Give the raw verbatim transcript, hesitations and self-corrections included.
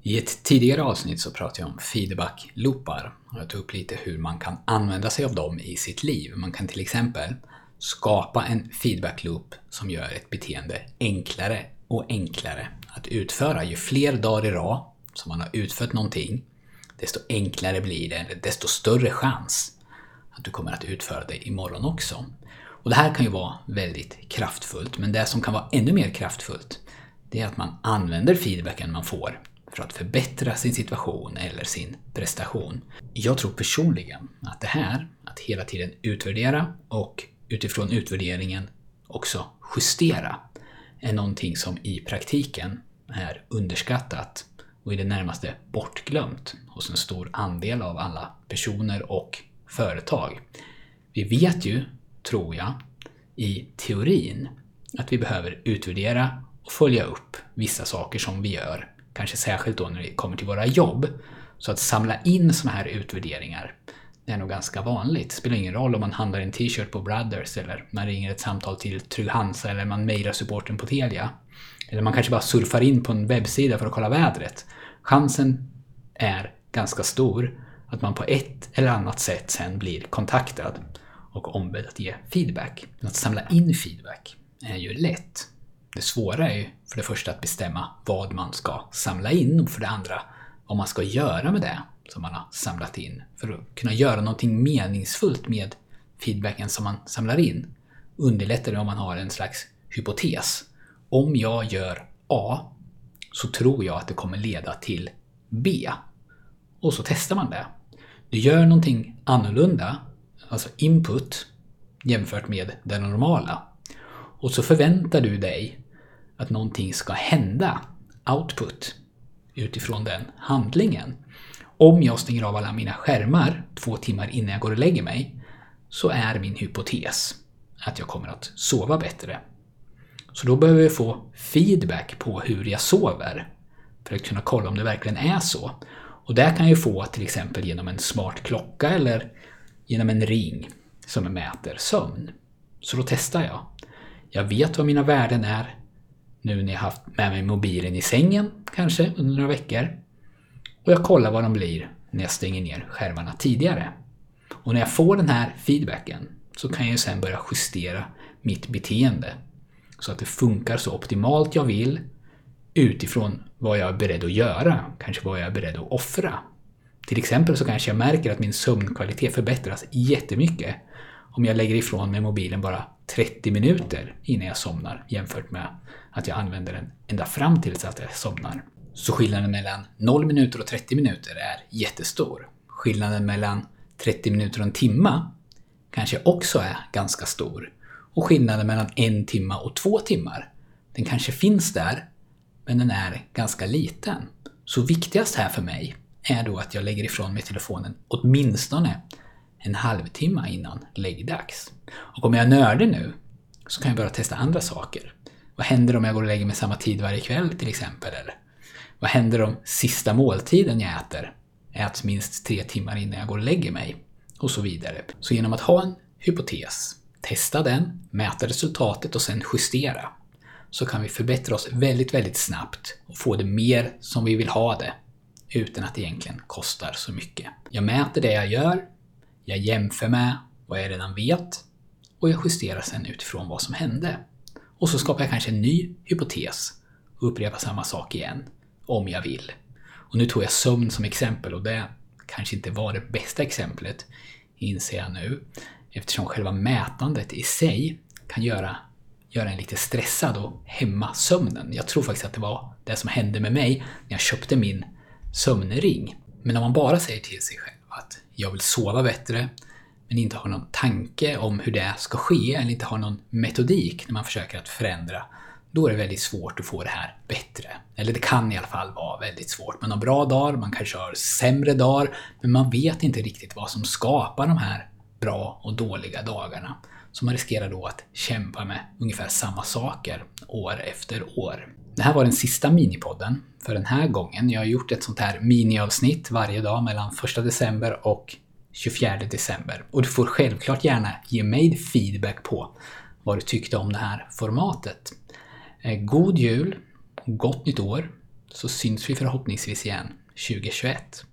I ett tidigare avsnitt så pratade jag om feedback-loopar och jag tog upp lite hur man kan använda sig av dem i sitt liv. Man kan till exempel skapa en feedback-loop som gör ett beteende enklare och enklare att utföra. Ju fler dagar i rad som man har utfört någonting, desto enklare blir det, desto större chans att du kommer att utföra det imorgon också. Och det här kan ju vara väldigt kraftfullt, men det som kan vara ännu mer kraftfullt, det är att man använder feedbacken man får för att förbättra sin situation eller sin prestation. Jag tror personligen att det här, att hela tiden utvärdera och utifrån utvärderingen också justera, är någonting som i praktiken är underskattat och i det närmaste bortglömt hos en stor andel av alla personer och företag. Vi vet ju, tror jag, i teorin att vi behöver utvärdera och följa upp vissa saker som vi gör. Kanske särskilt då när det kommer till våra jobb. Så att samla in såna här utvärderingar, det är nog ganska vanligt. Det spelar ingen roll om man handlar en t-shirt på Brothers eller man ringer ett samtal till Trygg-Hansa eller man mejlar supporten på Telia. Eller man kanske bara surfar in på en webbsida för att kolla vädret. Chansen är ganska stor att man på ett eller annat sätt sen blir kontaktad och ombedd att ge feedback. Att samla in feedback är ju lätt. Det svåra är ju för det första att bestämma vad man ska samla in och för det andra vad man ska göra med det som man har samlat in. För att kunna göra någonting meningsfullt med feedbacken som man samlar in underlättar det om man har en slags hypotes. Om jag gör A så tror jag att det kommer leda till B. Och så testar man det. Du gör någonting annorlunda, alltså input, jämfört med det normala. Och så förväntar du dig att någonting ska hända, output, utifrån den handlingen. Om jag stänger av alla mina skärmar två timmar innan jag går och lägger mig, så är min hypotes att jag kommer att sova bättre. Så då behöver jag få feedback på hur jag sover för att kunna kolla om det verkligen är så. Och det kan jag få till exempel genom en smart klocka eller genom en ring som mäter sömn. Så då testar jag. Jag vet vad mina värden är nu när jag haft med mig mobilen i sängen kanske under några veckor. Och jag kollar vad de blir när jag stänger ner skärmarna tidigare. Och när jag får den här feedbacken så kan jag sedan börja justera mitt beteende så att det funkar så optimalt jag vill utifrån vad jag är beredd att göra, kanske vad jag är beredd att offra. Till exempel så kanske jag märker att min sömnkvalitet förbättras jättemycket om jag lägger ifrån mig mobilen bara trettio minuter innan jag somnar jämfört med att jag använder den ända fram tills att jag somnar. Så skillnaden mellan noll minuter och trettio minuter är jättestor. Skillnaden mellan trettio minuter och en timma kanske också är ganska stor. Och skillnaden mellan en timma och två timmar, den kanske finns där, men den är ganska liten. Så viktigast här för mig är då att jag lägger ifrån mig telefonen åtminstone en halvtimme innan läggdags. Och om jag är nördig nu så kan jag börja testa andra saker. Vad händer om jag går och lägger mig samma tid varje kväll till exempel? Eller vad händer om sista måltiden jag äter äts minst tre timmar innan jag går och lägger mig? Och så vidare. Så genom att ha en hypotes, testa den, mäta resultatet och sen justera, så kan vi förbättra oss väldigt, väldigt snabbt och få det mer som vi vill ha det utan att det egentligen kostar så mycket. Jag mäter det jag gör, jag jämför med vad jag redan vet och jag justerar sen utifrån vad som hände. Och så skapar jag kanske en ny hypotes och upprepar samma sak igen om jag vill. Och nu tog jag sömn som exempel och det kanske inte var det bästa exemplet, inser jag nu, eftersom själva mätandet i sig kan göra, göra en lite stressad och hämma sömnen. Jag tror faktiskt att det var det som hände med mig när jag köpte min sömnring. Men om man bara säger till sig själv att jag vill sova bättre men inte har någon tanke om hur det ska ske eller inte har någon metodik när man försöker att förändra, då är det väldigt svårt att få det här bättre. Eller det kan i alla fall vara väldigt svårt. Man har bra dagar, man kanske har sämre dagar, men man vet inte riktigt vad som skapar de här bra och dåliga dagarna. Så man riskerar då att kämpa med ungefär samma saker år efter år. Det här var den sista minipodden för den här gången. Jag har gjort ett sånt här miniavsnitt varje dag mellan första december och tjugofjärde december. Och du får självklart gärna ge mig feedback på vad du tyckte om det här formatet. God jul, gott nytt år så syns vi förhoppningsvis igen tjugohundratjugoett.